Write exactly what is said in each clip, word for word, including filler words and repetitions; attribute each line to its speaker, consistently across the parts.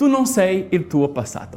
Speaker 1: tu non sei il tuo passato.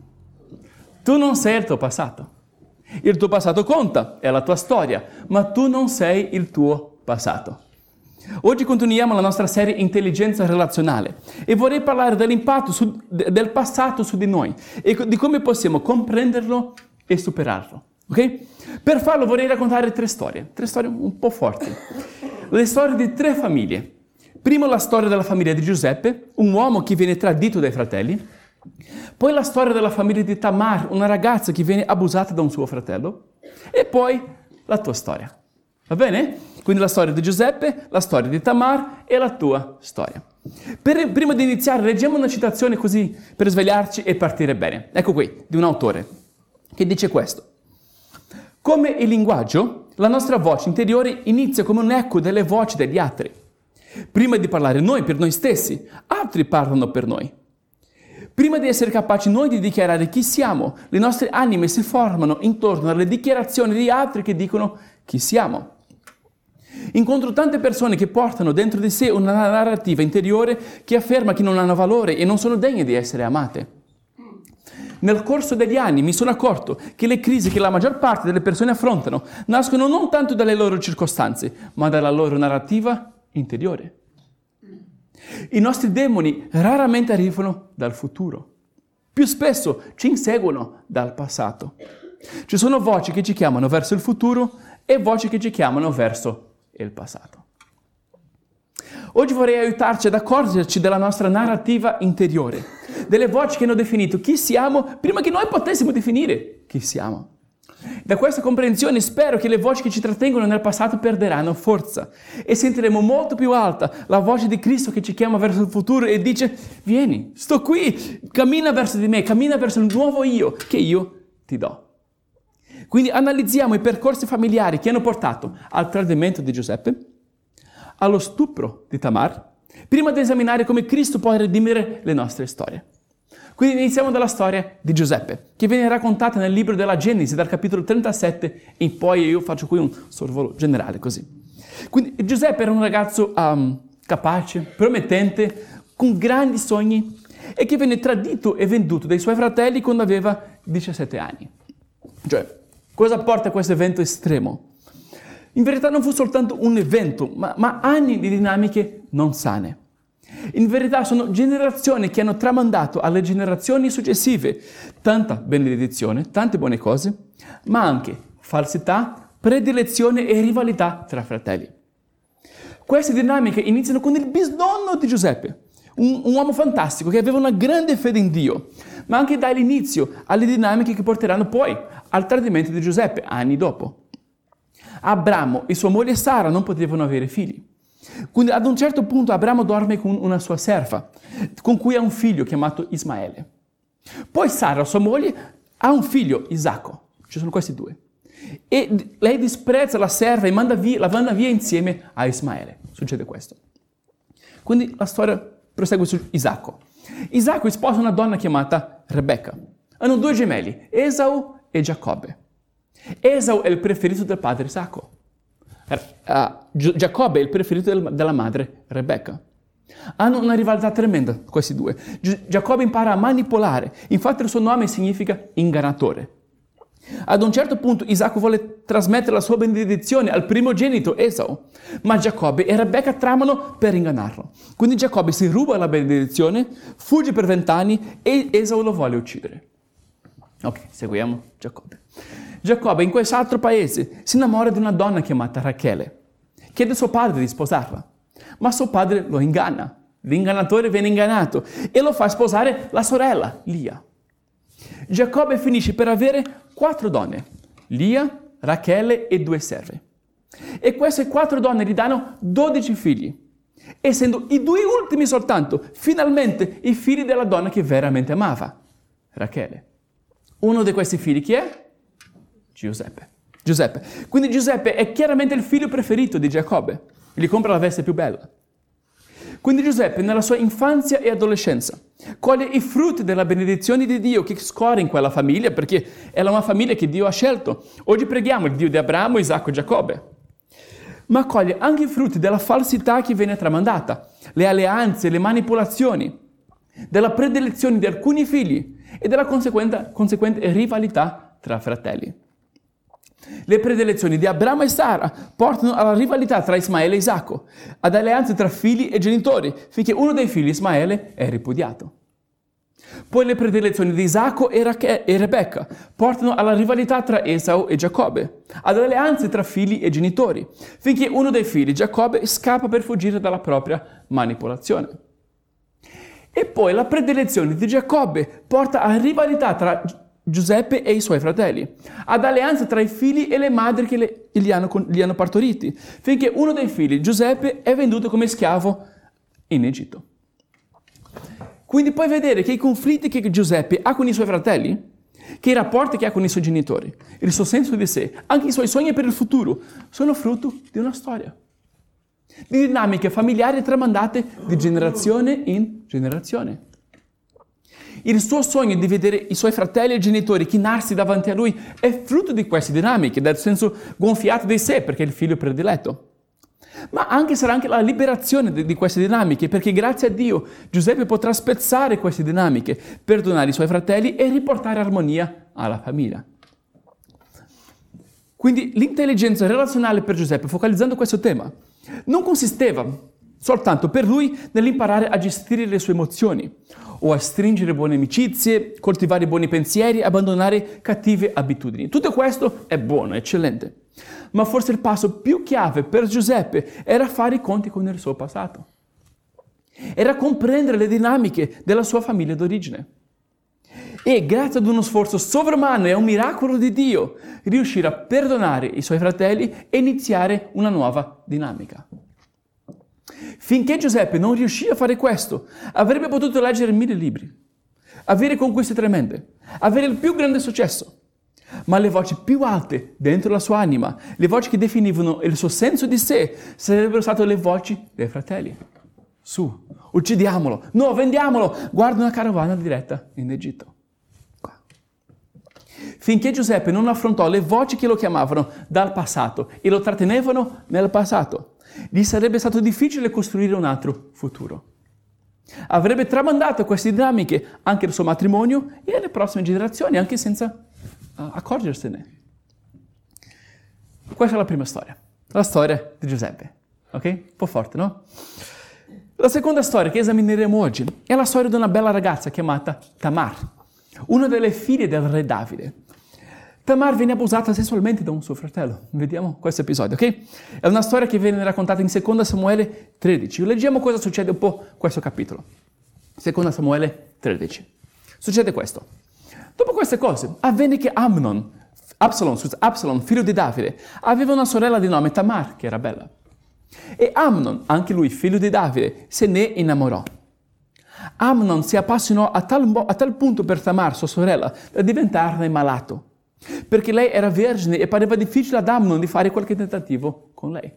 Speaker 1: Tu non sei il tuo passato. Il tuo passato conta, è la tua storia, ma tu non sei il tuo passato. Oggi continuiamo la nostra serie Intelligenza relazionale e vorrei parlare dell'impatto su, del passato su di noi e di come possiamo comprenderlo e superarlo. Okay? Per farlo vorrei raccontare tre storie, tre storie un po' forti. Le storie di tre famiglie. Prima la storia della famiglia di Giuseppe, un uomo che viene tradito dai fratelli. Poi la storia della famiglia di Tamar, una ragazza che viene abusata da un suo fratello. E poi la tua storia. Va bene? Quindi la storia di Giuseppe, la storia di Tamar e la tua storia. Per, prima di iniziare, leggiamo una citazione così per svegliarci e partire bene. Ecco qui, di un autore, che dice questo. Come il linguaggio, la nostra voce interiore inizia come un eco delle voci degli altri. Prima di parlare noi per noi stessi, altri parlano per noi. Prima di essere capaci noi di dichiarare chi siamo, le nostre anime si formano intorno alle dichiarazioni di altri che dicono chi siamo. Incontro tante persone che portano dentro di sé una narrativa interiore che afferma che non hanno valore e non sono degne di essere amate. Nel corso degli anni mi sono accorto che le crisi che la maggior parte delle persone affrontano nascono non tanto dalle loro circostanze, ma dalla loro narrativa interiore. I nostri demoni raramente arrivano dal futuro. Più spesso ci inseguono dal passato. Ci sono voci che ci chiamano verso il futuro e voci che ci chiamano verso il passato. Oggi vorrei aiutarci ad accorgerci della nostra narrativa interiore, delle voci che hanno definito chi siamo prima che noi potessimo definire chi siamo. Da questa comprensione spero che le voci che ci trattengono nel passato perderanno forza e sentiremo molto più alta la voce di Cristo che ci chiama verso il futuro e dice: vieni, sto qui, cammina verso di me, cammina verso il nuovo io che io ti do. Quindi analizziamo i percorsi familiari che hanno portato al tradimento di Giuseppe, allo stupro di Tamar, prima di esaminare come Cristo può redimere le nostre storie. Quindi iniziamo dalla storia di Giuseppe, che viene raccontata nel libro della Genesi, dal capitolo trentasette in poi. Io faccio qui un sorvolo generale così. Quindi Giuseppe era un ragazzo um, capace, promettente, con grandi sogni e che venne tradito e venduto dai suoi fratelli quando aveva diciassette anni. Cioè, cosa porta a questo evento estremo? In verità non fu soltanto un evento, ma, ma anni di dinamiche non sane. In verità sono generazioni che hanno tramandato alle generazioni successive tanta benedizione, tante buone cose, ma anche falsità, predilezione e rivalità tra fratelli. Queste dinamiche iniziano con il bisnonno di Giuseppe, un, un uomo fantastico che aveva una grande fede in Dio, ma anche dà l'inizio alle dinamiche che porteranno poi al tradimento di Giuseppe anni dopo. Abramo e sua moglie Sara non potevano avere figli. Quindi ad un certo punto Abramo dorme con una sua serva, con cui ha un figlio chiamato Ismaele. Poi Sara, sua moglie, ha un figlio, Isacco. Ci sono questi due. E lei disprezza la serva e manda via, la manda via insieme a Ismaele. Succede questo. Quindi la storia prosegue su Isacco. Isacco sposa una donna chiamata Rebecca. Hanno due gemelli, Esau e Giacobbe. Esau è il preferito del padre Isacco. Uh, Giacobbe è il preferito del, della madre Rebecca. Hanno una rivalità tremenda questi due. Gi- Giacobbe impara a manipolare, infatti il suo nome significa ingannatore. Ad un certo punto Isacco vuole trasmettere la sua benedizione al primogenito Esau, ma Giacobbe e Rebecca tramano per ingannarlo. Quindi Giacobbe si ruba la benedizione, fugge per vent'anni e Esau lo vuole uccidere. Ok, seguiamo Giacobbe. Giacobbe in quest'altro paese si innamora di una donna chiamata Rachele. Chiede a suo padre di sposarla, ma suo padre lo inganna. L'ingannatore viene ingannato e lo fa sposare la sorella, Lia. Giacobbe finisce per avere quattro donne, Lia, Rachele e due serve. E queste quattro donne gli danno dodici figli, essendo i due ultimi soltanto, finalmente, i figli della donna che veramente amava, Rachele. Uno di questi figli chi è? Giuseppe. Giuseppe. Quindi Giuseppe è chiaramente il figlio preferito di Giacobbe. Gli compra la veste più bella. Quindi Giuseppe, nella sua infanzia e adolescenza, coglie i frutti della benedizione di Dio che scorre in quella famiglia, perché è una famiglia che Dio ha scelto. Oggi preghiamo il Dio di Abramo, Isacco e Giacobbe. Ma coglie anche i frutti della falsità che viene tramandata, le alleanze, le manipolazioni. della predilezione di alcuni figli e della conseguente, conseguente rivalità tra fratelli. Le predilezioni di Abramo e Sara portano alla rivalità tra Ismaele e Isacco, ad alleanze tra figli e genitori, finché uno dei figli, Ismaele, è ripudiato. Poi le predilezioni di Isacco e, Rache- e Rebecca portano alla rivalità tra Esau e Giacobbe, ad alleanze tra figli e genitori, finché uno dei figli, Giacobbe, scappa per fuggire dalla propria manipolazione. E poi la predilezione di Giacobbe porta a rivalità tra Giuseppe e i suoi fratelli, ad alleanze tra i figli e le madri che le, li, hanno, li hanno partoriti, finché uno dei figli, Giuseppe, è venduto come schiavo in Egitto. Quindi puoi vedere che i conflitti che Giuseppe ha con i suoi fratelli, che i rapporti che ha con i suoi genitori, il suo senso di sé, anche i suoi sogni per il futuro, sono frutto di una storia, di dinamiche familiari tramandate di generazione in generazione. Il suo sogno di vedere i suoi fratelli e genitori chinarsi davanti a lui è frutto di queste dinamiche, dal senso gonfiato di sé perché è il figlio prediletto. Ma anche sarà anche la liberazione di, di queste dinamiche, perché grazie a Dio Giuseppe potrà spezzare queste dinamiche, perdonare i suoi fratelli e riportare armonia alla famiglia. Quindi l'intelligenza relazionale per Giuseppe, focalizzando questo tema, non consisteva soltanto per lui nell'imparare a gestire le sue emozioni, o a stringere buone amicizie, coltivare buoni pensieri, abbandonare cattive abitudini. Tutto questo è buono, eccellente. Ma forse il passo più chiave per Giuseppe era fare i conti con il suo passato. Era comprendere le dinamiche della sua famiglia d'origine. E grazie ad uno sforzo sovrumano e a un miracolo di Dio, riuscire a perdonare i suoi fratelli e iniziare una nuova dinamica. Finché Giuseppe non riuscì a fare questo, avrebbe potuto leggere mille libri, avere conquiste tremende, avere il più grande successo. Ma le voci più alte dentro la sua anima, le voci che definivano il suo senso di sé, sarebbero state le voci dei fratelli. Su, uccidiamolo, no, vendiamolo, guarda una carovana diretta in Egitto. Qua. Finché Giuseppe non affrontò le voci che lo chiamavano dal passato e lo trattenevano nel passato, gli sarebbe stato difficile costruire un altro futuro. Avrebbe tramandato queste dinamiche anche nel suo matrimonio e alle prossime generazioni, anche senza uh, accorgersene. Questa è la prima storia, la storia di Giuseppe. Ok? Un po' forte, no? La seconda storia che esamineremo oggi è la storia di una bella ragazza chiamata Tamar, una delle figlie del re Davide. Tamar viene abusata sessualmente da un suo fratello. Vediamo questo episodio, ok? È una storia che viene raccontata in seconda Samuele tredici. Leggiamo cosa succede un po' questo capitolo. seconda Samuele tredici. Succede questo. Dopo queste cose, avvenne che Amnon, Absalom, scusa, Absalom, figlio di Davide, aveva una sorella di nome Tamar, che era bella. E Amnon, anche lui figlio di Davide, se ne innamorò. Amnon si appassionò a tal, a tal punto per Tamar, sua sorella, da diventarne malato, perché lei era vergine e pareva difficile ad Amnon di fare qualche tentativo con lei.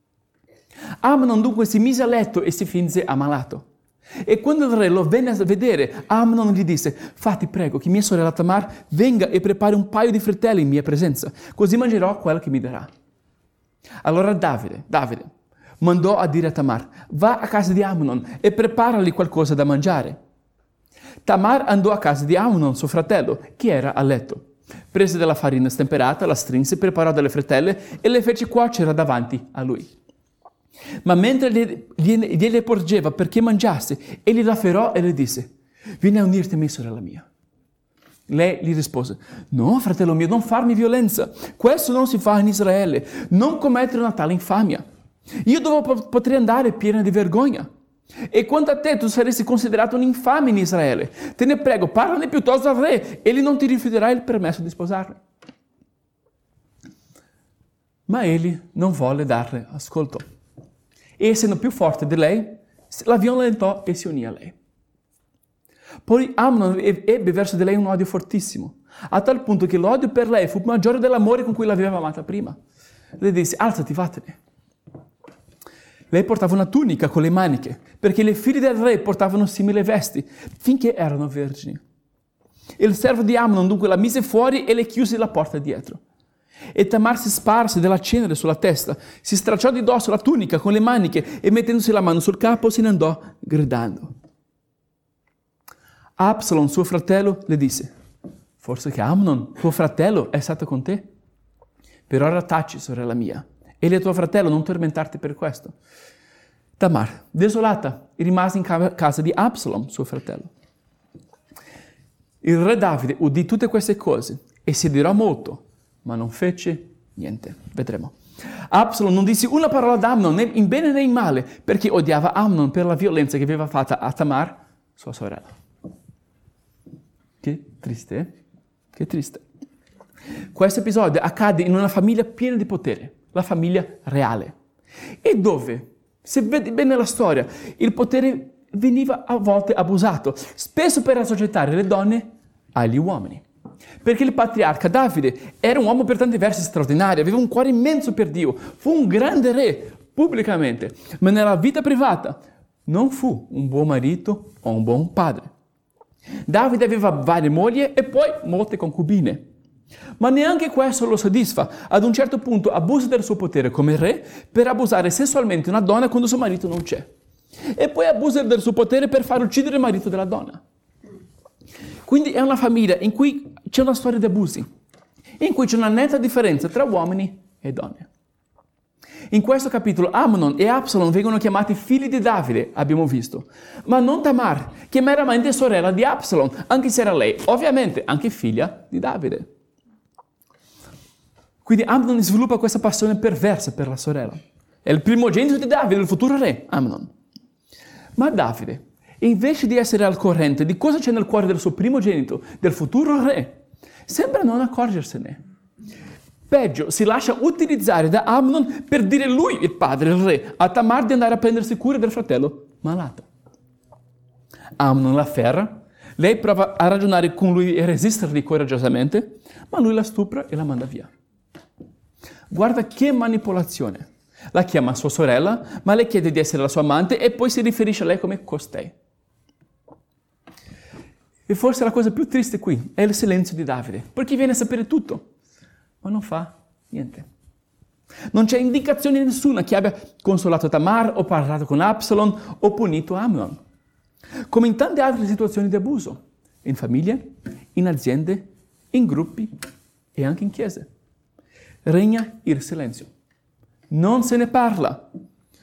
Speaker 1: Amnon dunque si mise a letto e si finse ammalato. E quando il re lo venne a vedere, Amnon gli disse: fatti prego che mia sorella Tamar venga e prepari un paio di frittelle in mia presenza, così mangerò quello che mi darà. Allora Davide, Davide mandò a dire a Tamar: va a casa di Amnon e preparali qualcosa da mangiare. Tamar andò a casa di Amnon, suo fratello, che era a letto. Prese della farina stemperata, la strinse, preparò delle frittelle e le fece cuocere davanti a lui. Ma mentre gliele, gliele porgeva perché mangiasse, egli la ferò e le disse: vieni a unirti a me, sorella mia. Lei gli rispose: no, fratello mio, non farmi violenza. Questo non si fa in Israele. Non commettere una tale infamia. Io dove potrei andare piena di vergogna? E quanto a te, tu saresti considerato un infame in Israele. Te ne prego, parlane piuttosto al re, egli non ti rifiuterà il permesso di sposarla. Ma egli non volle darle ascolto. E essendo più forte di lei, la violentò e si unì a lei. Poi Amnon ebbe verso di lei un odio fortissimo, a tal punto che l'odio per lei fu maggiore dell'amore con cui l'aveva amata prima. Le disse: alzati, vattene. Lei portava una tunica con le maniche, perché le figlie del re portavano simili vesti, finché erano vergini. Il servo di Amnon dunque la mise fuori e le chiuse la porta dietro. E Tamar si sparse della cenere sulla testa, si stracciò di dosso la tunica con le maniche e mettendosi la mano sul capo se ne andò gridando. Absalom, suo fratello, le disse: forse che Amnon, tuo fratello, è stato con te? Per ora taci, sorella mia. Egli è tuo fratello, non tormentarti per questo. Tamar, desolata, rimase in casa di Absalom, suo fratello. Il re Davide udì tutte queste cose e si adirò molto, ma non fece niente. Vedremo. Absalom non disse una parola ad Amnon, né in bene né in male, perché odiava Amnon per la violenza che aveva fatta a Tamar, sua sorella. Che triste, eh? Che triste. Questo episodio accade in una famiglia piena di potere, la famiglia reale. E dove, se vedi bene la storia, il potere veniva a volte abusato, spesso per assoggettare le donne agli uomini. Perché il patriarca Davide era un uomo per tanti versi straordinario, aveva un cuore immenso per Dio, fu un grande re pubblicamente, ma nella vita privata non fu un buon marito o un buon padre. Davide aveva varie mogli e poi molte concubine. Ma neanche questo lo soddisfa. Ad un certo punto abusa del suo potere come re per abusare sessualmente una donna quando suo marito non c'è. E poi abusa del suo potere per far uccidere il marito della donna. Quindi è una famiglia in cui c'è una storia di abusi, in cui c'è una netta differenza tra uomini e donne. In questo capitolo Amnon e Absalom vengono chiamati figli di Davide, abbiamo visto, ma non Tamar, che è meramente sorella di Absalom, anche se era lei, ovviamente, anche figlia di Davide. Quindi Amnon sviluppa questa passione perversa per la sorella. È il primogenito di Davide, il futuro re, Amnon. Ma Davide, invece di essere al corrente di cosa c'è nel cuore del suo primogenito, del futuro re, sembra non accorgersene. Peggio, si lascia utilizzare da Amnon per dire lui, il padre, il re, a Tamar di andare a prendersi cura del fratello malato. Amnon la afferra, lei prova a ragionare con lui e resistergli coraggiosamente, ma lui la stupra e la manda via. Guarda che manipolazione. La chiama sua sorella, ma le chiede di essere la sua amante e poi si riferisce a lei come costei. E forse la cosa più triste qui è il silenzio di Davide, perché viene a sapere tutto, ma non fa niente. Non c'è indicazione nessuna che abbia consolato Tamar o parlato con Absalom o punito Amnon. Come in tante altre situazioni di abuso, in famiglie, in aziende, in gruppi e anche in chiese. Regna il silenzio. Non se ne parla.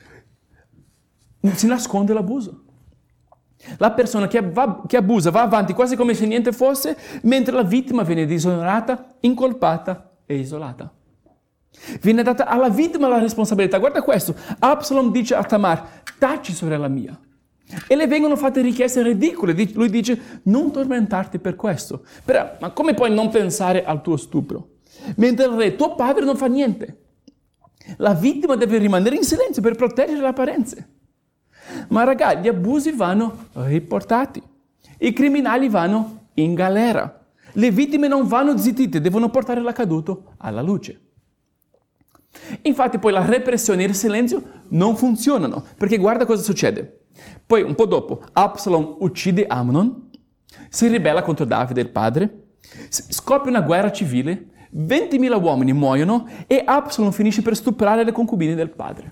Speaker 1: Si nasconde l'abuso. La persona che, va, che abusa va avanti quasi come se niente fosse, mentre la vittima viene disonorata, incolpata e isolata. Viene data alla vittima la responsabilità. Guarda questo. Absalom dice a Tamar: taci, sorella mia. E le vengono fatte richieste ridicole. Lui dice: non tormentarti per questo. Però, ma come puoi non pensare al tuo stupro? Mentre il re, tuo padre, non fa niente. La vittima deve rimanere in silenzio per proteggere le apparenze. Ma ragazzi, gli abusi vanno riportati. I criminali vanno in galera. Le vittime non vanno zittite, devono portare l'accaduto alla luce. Infatti poi la repressione e il silenzio non funzionano, perché guarda cosa succede. Poi un po' dopo Absalom uccide Amnon, si ribella contro Davide il padre, scoppia una guerra civile, ventimila uomini muoiono e Absalom finisce per stuprare le concubine del padre.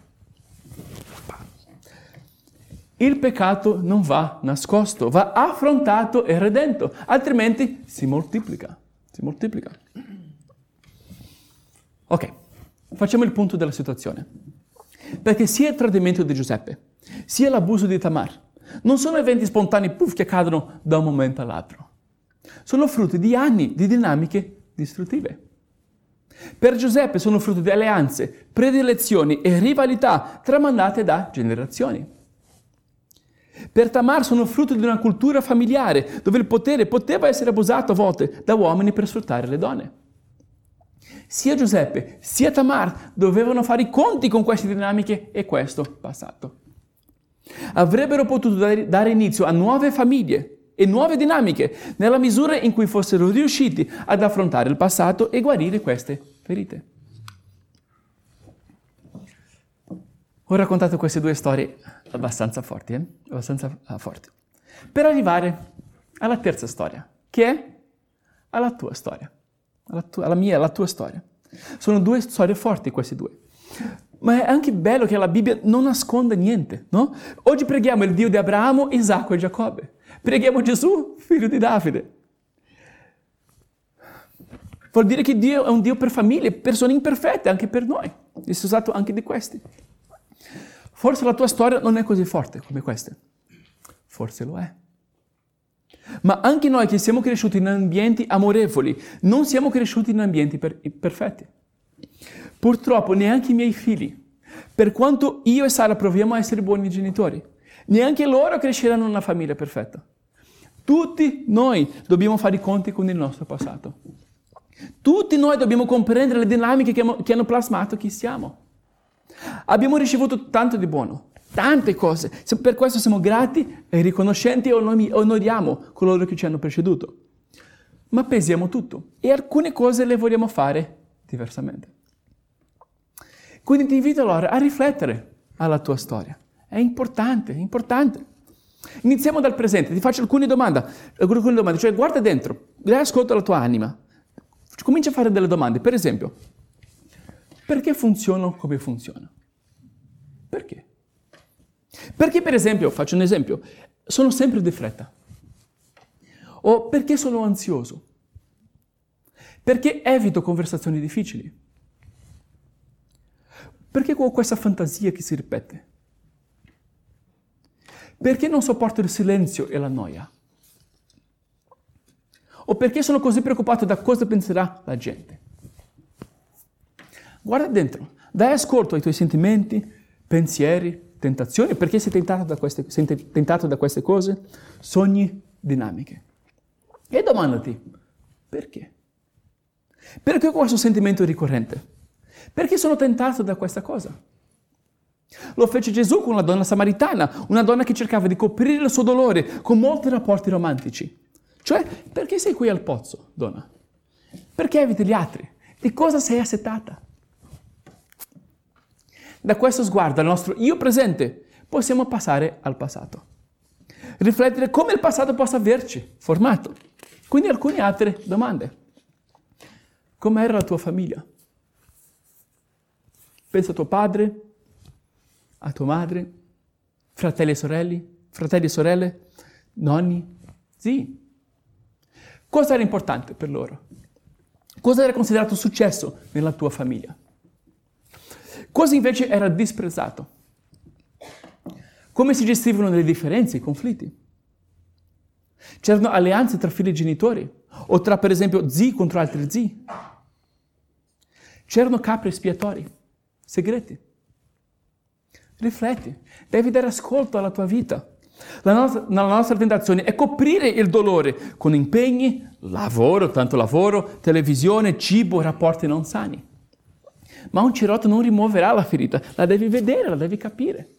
Speaker 1: Il peccato non va nascosto, va affrontato e redento, altrimenti si moltiplica. Si moltiplica. Ok, facciamo il punto della situazione. Perché sia il tradimento di Giuseppe, sia l'abuso di Tamar, non sono eventi spontanei puff, che accadono da un momento all'altro. Sono frutti di anni di dinamiche distruttive. Per Giuseppe sono frutto di alleanze, predilezioni e rivalità tramandate da generazioni. Per Tamar sono frutto di una cultura familiare dove il potere poteva essere abusato a volte da uomini per sfruttare le donne. Sia Giuseppe sia Tamar dovevano fare i conti con queste dinamiche e questo passato. Avrebbero potuto dare inizio a nuove famiglie e nuove dinamiche nella misura in cui fossero riusciti ad affrontare il passato e guarire queste ferite. Ho raccontato queste due storie abbastanza forti, eh? abbastanza forti, per arrivare alla terza storia, che è alla tua storia, alla, tua, alla mia, alla tua storia. Sono due storie forti queste due, ma è anche bello che la Bibbia non nasconda niente, no? Oggi preghiamo il Dio di Abramo, Isacco e Giacobbe, Preghiamo Gesù, figlio di Davide. Vuol dire che Dio è un Dio per famiglie, persone imperfette, anche per noi. E si è usato anche di questi. Forse la tua storia non è così forte come queste. Forse lo è. Ma anche noi che siamo cresciuti in ambienti amorevoli, non siamo cresciuti in ambienti per- perfetti. Purtroppo neanche i miei figli, per quanto io e Sara proviamo a essere buoni genitori, neanche loro cresceranno in una famiglia perfetta. Tutti noi dobbiamo fare i conti con il nostro passato. Tutti noi dobbiamo comprendere le dinamiche che, che hanno plasmato chi siamo. Abbiamo ricevuto tanto di buono, tante cose. Per questo siamo grati e riconoscenti e onoriamo coloro che ci hanno preceduto. Ma pesiamo tutto e alcune cose le vogliamo fare diversamente. Quindi ti invito allora a riflettere alla tua storia. È importante, è importante. Iniziamo dal presente, ti faccio alcune domande, alcune domande, cioè guarda dentro, dai ascolto alla tua anima. Comincia a fare delle domande, per esempio, perché funziono come funziona? Perché? Perché, per esempio, faccio un esempio, sono sempre di fretta. O perché sono ansioso? Perché evito conversazioni difficili? Perché ho questa fantasia che si ripete? Perché non sopporto il silenzio e la noia? O perché sono così preoccupato da cosa penserà la gente? Guarda dentro, dai ascolto ai tuoi sentimenti, pensieri, tentazioni, perché sei tentato da queste, sei tentato da queste cose, sogni, dinamiche. E domandati, perché? Perché ho questo sentimento ricorrente? Perché sono tentato da questa cosa? Lo fece Gesù con una donna samaritana, una donna che cercava di coprire il suo dolore con molti rapporti romantici. Cioè, perché sei qui al pozzo, donna? Perché eviti gli altri? Di cosa sei assetata? Da questo sguardo al nostro io presente possiamo passare al passato. Riflettere come il passato possa averci formato. Quindi alcune altre domande. Com'era la tua famiglia? Pensa a tuo padre, a tua madre, fratelli e sorelle, fratelli e sorelle, nonni, zii. Cosa era importante per loro? Cosa era considerato successo nella tua famiglia? Cosa invece era disprezzato? Come si gestivano le differenze, i conflitti? C'erano alleanze tra figli e genitori? O tra, per esempio, zii contro altri zii? C'erano capri espiatori, segreti? Rifletti, devi dare ascolto alla tua vita. La nostra, la nostra tentazione è coprire il dolore con impegni, lavoro, tanto lavoro, televisione, cibo, rapporti non sani. Ma un cerotto non rimuoverà la ferita, la devi vedere, la devi capire.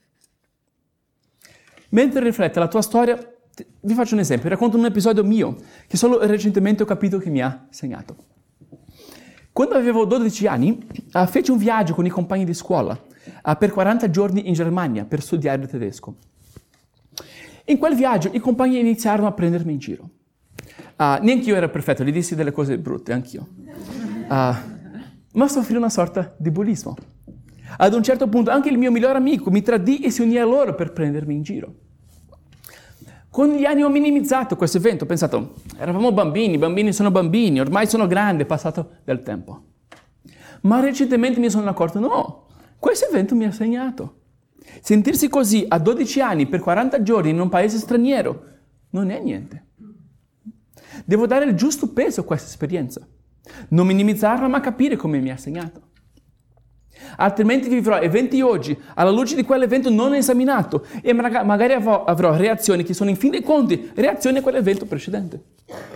Speaker 1: Mentre riflette la tua storia, vi faccio un esempio, racconto un episodio mio che solo recentemente ho capito che mi ha segnato. Quando avevo dodici anni, uh, feci un viaggio con i compagni di scuola uh, per quaranta giorni in Germania per studiare il tedesco. In quel viaggio i compagni iniziarono a prendermi in giro. Uh, neanche io ero perfetto, gli dissi delle cose brutte, anch'io. Uh, ma soffrì una sorta di bullismo. Ad un certo punto anche il mio migliore amico mi tradì e si unì a loro per prendermi in giro. Con gli anni ho minimizzato questo evento, ho pensato, eravamo bambini, i bambini sono bambini, ormai sono grandi, è passato del tempo. Ma recentemente mi sono accorto, no, questo evento mi ha segnato. Sentirsi così a dodici anni per quaranta giorni in un paese straniero non è niente. Devo dare il giusto peso a questa esperienza. Non minimizzarla, ma capire come mi ha segnato. Altrimenti vivrò eventi oggi alla luce di quell'evento non esaminato e magari avrò, avrò reazioni che sono in fin dei conti reazioni a quell'evento precedente.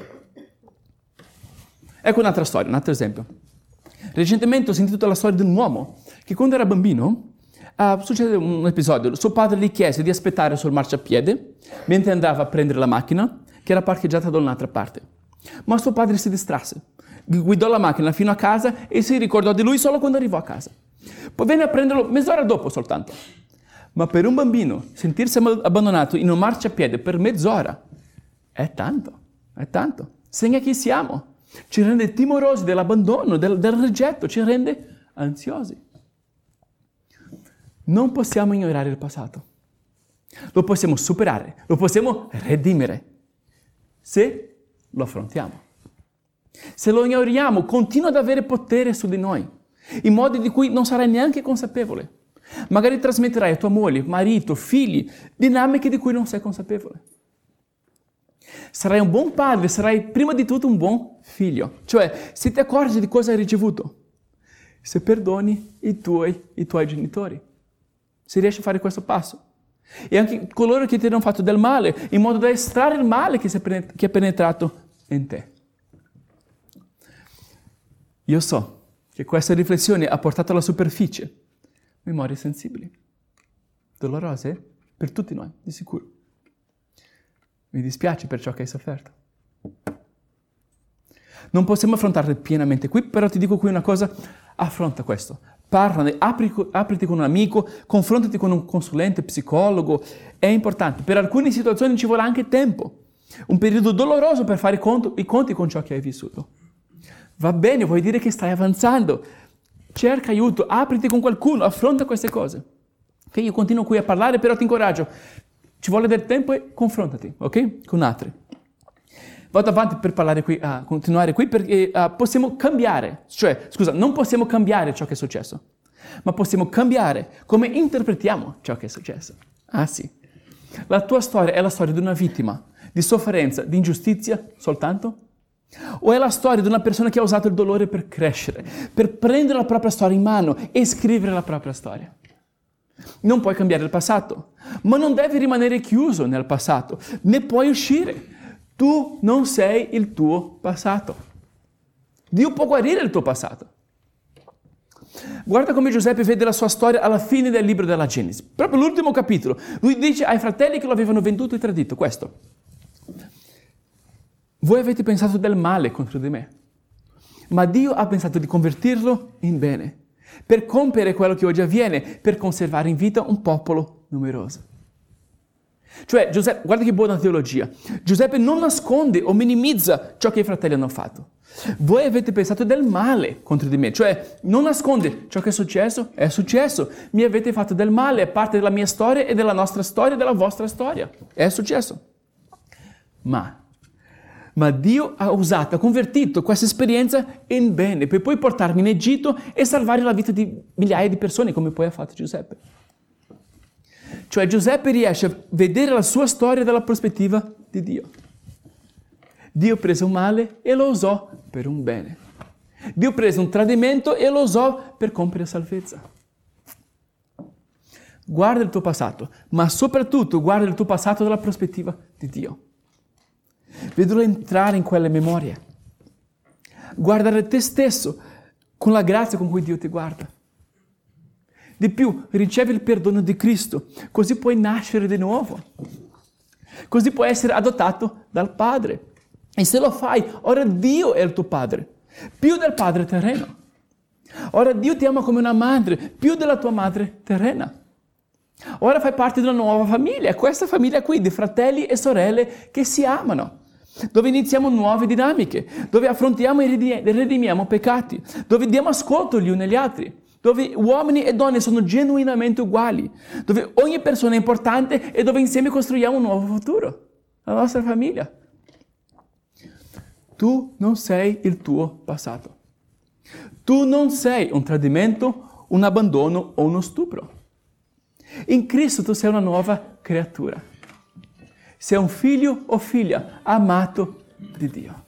Speaker 1: Ecco un'altra storia, un altro esempio. Recentemente ho sentito la storia di un uomo che quando era bambino uh, succede un episodio. Suo padre gli chiese di aspettare sul marciapiede mentre andava a prendere la macchina che era parcheggiata da un'altra parte. Ma suo padre si distrasse, guidò la macchina fino a casa e si ricordò di lui solo quando arrivò a casa. Poi venne a prenderlo mezz'ora dopo soltanto. Ma per un bambino sentirsi abbandonato in un marciapiede per mezz'ora è tanto, è tanto. Segna chi siamo. Ci rende timorosi dell'abbandono, del, del rigetto, ci rende ansiosi. Non possiamo ignorare il passato. Lo possiamo superare, lo possiamo redimere, se lo affrontiamo. Se lo ignoriamo, continua ad avere potere su di noi, in modi di cui non sarai neanche consapevole. Magari trasmetterai a tua moglie, marito, figli, dinamiche di cui non sei consapevole. Sarai un buon padre, sarai prima di tutto un buon figlio. Cioè, se ti accorgi di cosa hai ricevuto, se perdoni i tuoi, i tuoi genitori, se riesci a fare questo passo. E anche coloro che ti hanno fatto del male, in modo da estrarre il male che, si è penet- che è penetrato in te. Io so che questa riflessione ha portato alla superficie memorie sensibili, dolorose per tutti noi, di sicuro. Mi dispiace per ciò che hai sofferto. Non possiamo affrontarle pienamente qui, però ti dico qui una cosa, affronta questo. Parlane, apri, apriti con un amico, confrontati con un consulente, psicologo, è importante. Per alcune situazioni ci vuole anche tempo, un periodo doloroso per fare conto, i conti con ciò che hai vissuto. Va bene, vuoi dire che stai avanzando, cerca aiuto, apriti con qualcuno, affronta queste cose. Ok, io continuo qui a parlare, però ti incoraggio, ci vuole del tempo e confrontati, ok? Con altri. Vado avanti per parlare qui, a continuare qui, perché uh, possiamo cambiare, cioè, scusa, non possiamo cambiare ciò che è successo, ma possiamo cambiare come interpretiamo ciò che è successo. Ah sì, la tua storia è la storia di una vittima, di sofferenza, di ingiustizia soltanto? O è la storia di una persona che ha usato il dolore per crescere, per prendere la propria storia in mano e scrivere la propria storia? Non puoi cambiare il passato, ma non devi rimanere chiuso nel passato, ne puoi uscire. Tu non sei il tuo passato. Dio può guarire il tuo passato. Guarda come Giuseppe vede la sua storia alla fine del libro della Genesi. Proprio l'ultimo capitolo. Lui dice ai fratelli che lo avevano venduto e tradito questo. Voi avete pensato del male contro di me, ma Dio ha pensato di convertirlo in bene, per compiere quello che oggi avviene, per conservare in vita un popolo numeroso. Cioè, Giuseppe, guarda che buona teologia. Giuseppe non nasconde o minimizza ciò che i fratelli hanno fatto. Voi avete pensato del male contro di me, cioè non nasconde ciò che è successo, è successo. Mi avete fatto del male, è parte della mia storia e della nostra storia e della vostra storia. È successo. Ma, ma Dio ha usato, ha convertito questa esperienza in bene, per poi portarmi in Egitto e salvare la vita di migliaia di persone, come poi ha fatto Giuseppe. Cioè Giuseppe riesce a vedere la sua storia dalla prospettiva di Dio. Dio prese un male e lo usò per un bene. Dio prese un tradimento e lo usò per compiere salvezza. Guarda il tuo passato, ma soprattutto guarda il tuo passato dalla prospettiva di Dio. Vedilo entrare in quelle memorie. Guardare te stesso con la grazia con cui Dio ti guarda. Di più, ricevi il perdono di Cristo, così puoi nascere di nuovo. Così puoi essere adottato dal Padre. E se lo fai, ora Dio è il tuo Padre, più del Padre terreno. Ora Dio ti ama come una madre, più della tua madre terrena. Ora fai parte di una nuova famiglia, questa famiglia qui di fratelli e sorelle che si amano, dove iniziamo nuove dinamiche, dove affrontiamo e redimiamo peccati, dove diamo ascolto gli uni agli altri, dove uomini e donne sono genuinamente uguali, dove ogni persona è importante e dove insieme costruiamo un nuovo futuro, la nostra famiglia. Tu non sei il tuo passato. Tu non sei un tradimento, un abbandono o uno stupro. In Cristo tu sei una nuova creatura. Sei un figlio o figlia amato di Dio.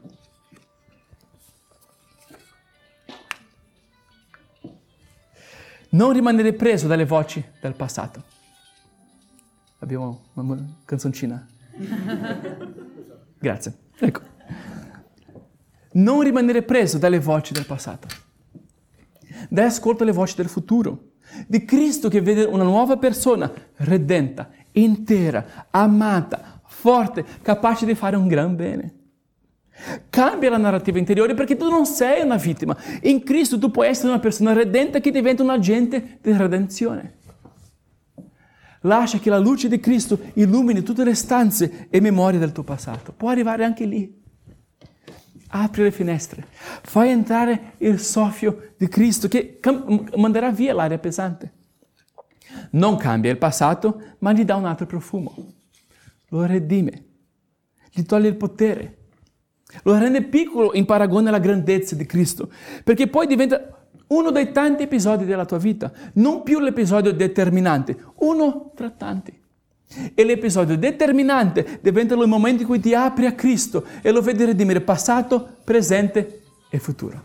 Speaker 1: Non rimanere preso dalle voci del passato. Abbiamo una canzoncina. Grazie. Ecco. Non rimanere preso dalle voci del passato. Dai ascolto alle voci del futuro. Di Cristo che vede una nuova persona redenta, intera, amata, forte, capace di fare un gran bene. Cambia la narrativa interiore perché tu non sei una vittima. In Cristo tu puoi essere una persona redenta che diventa un agente di redenzione. Lascia che la luce di Cristo illumini tutte le stanze e memorie del tuo passato. Può arrivare anche lì. Apri le finestre. Fai entrare il soffio di Cristo che cam- manderà via l'aria pesante. Non cambia il passato, ma gli dà un altro profumo. Lo redime, gli toglie il potere, lo rende piccolo in paragone alla grandezza di Cristo, perché poi diventa uno dei tanti episodi della tua vita, non più l'episodio determinante, uno tra tanti. E l'episodio determinante diventa il momento in cui ti apri a Cristo e lo vedi redimere passato, presente e futuro.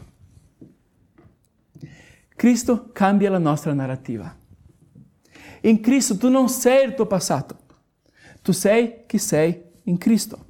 Speaker 1: Cristo cambia la nostra narrativa. In Cristo tu non sei il tuo passato, tu sei chi sei in Cristo.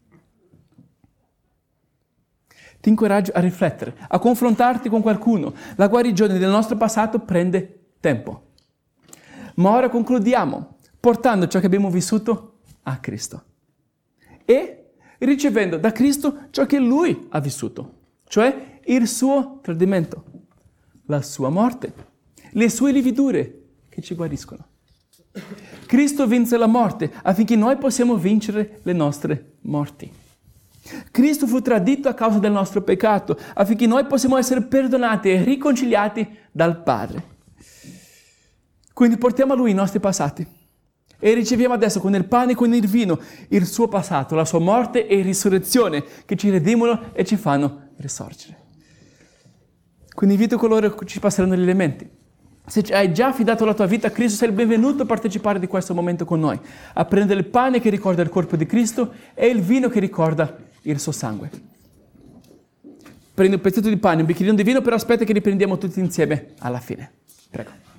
Speaker 1: Ti incoraggio a riflettere, a confrontarti con qualcuno. La guarigione del nostro passato prende tempo. Ma ora concludiamo portando ciò che abbiamo vissuto a Cristo e ricevendo da Cristo ciò che Lui ha vissuto, cioè il suo tradimento, la sua morte, le sue lividure che ci guariscono. Cristo vinse la morte affinché noi possiamo vincere le nostre morti. Cristo fu tradito a causa del nostro peccato affinché noi possiamo essere perdonati e riconciliati dal Padre. Quindi portiamo a Lui i nostri passati e riceviamo adesso con il pane e con il vino il suo passato, la sua morte e risurrezione che ci redimono e ci fanno risorgere. Quindi invito coloro che ci passeranno gli elementi. Se hai già affidato la tua vita a Cristo, sei il benvenuto a partecipare di questo momento con noi, a prendere il pane che ricorda il corpo di Cristo e il vino che ricorda il suo sangue. Prendi un pezzetto di pane, un bicchierino di vino, però aspetta che riprendiamo tutti insieme alla fine. Prego.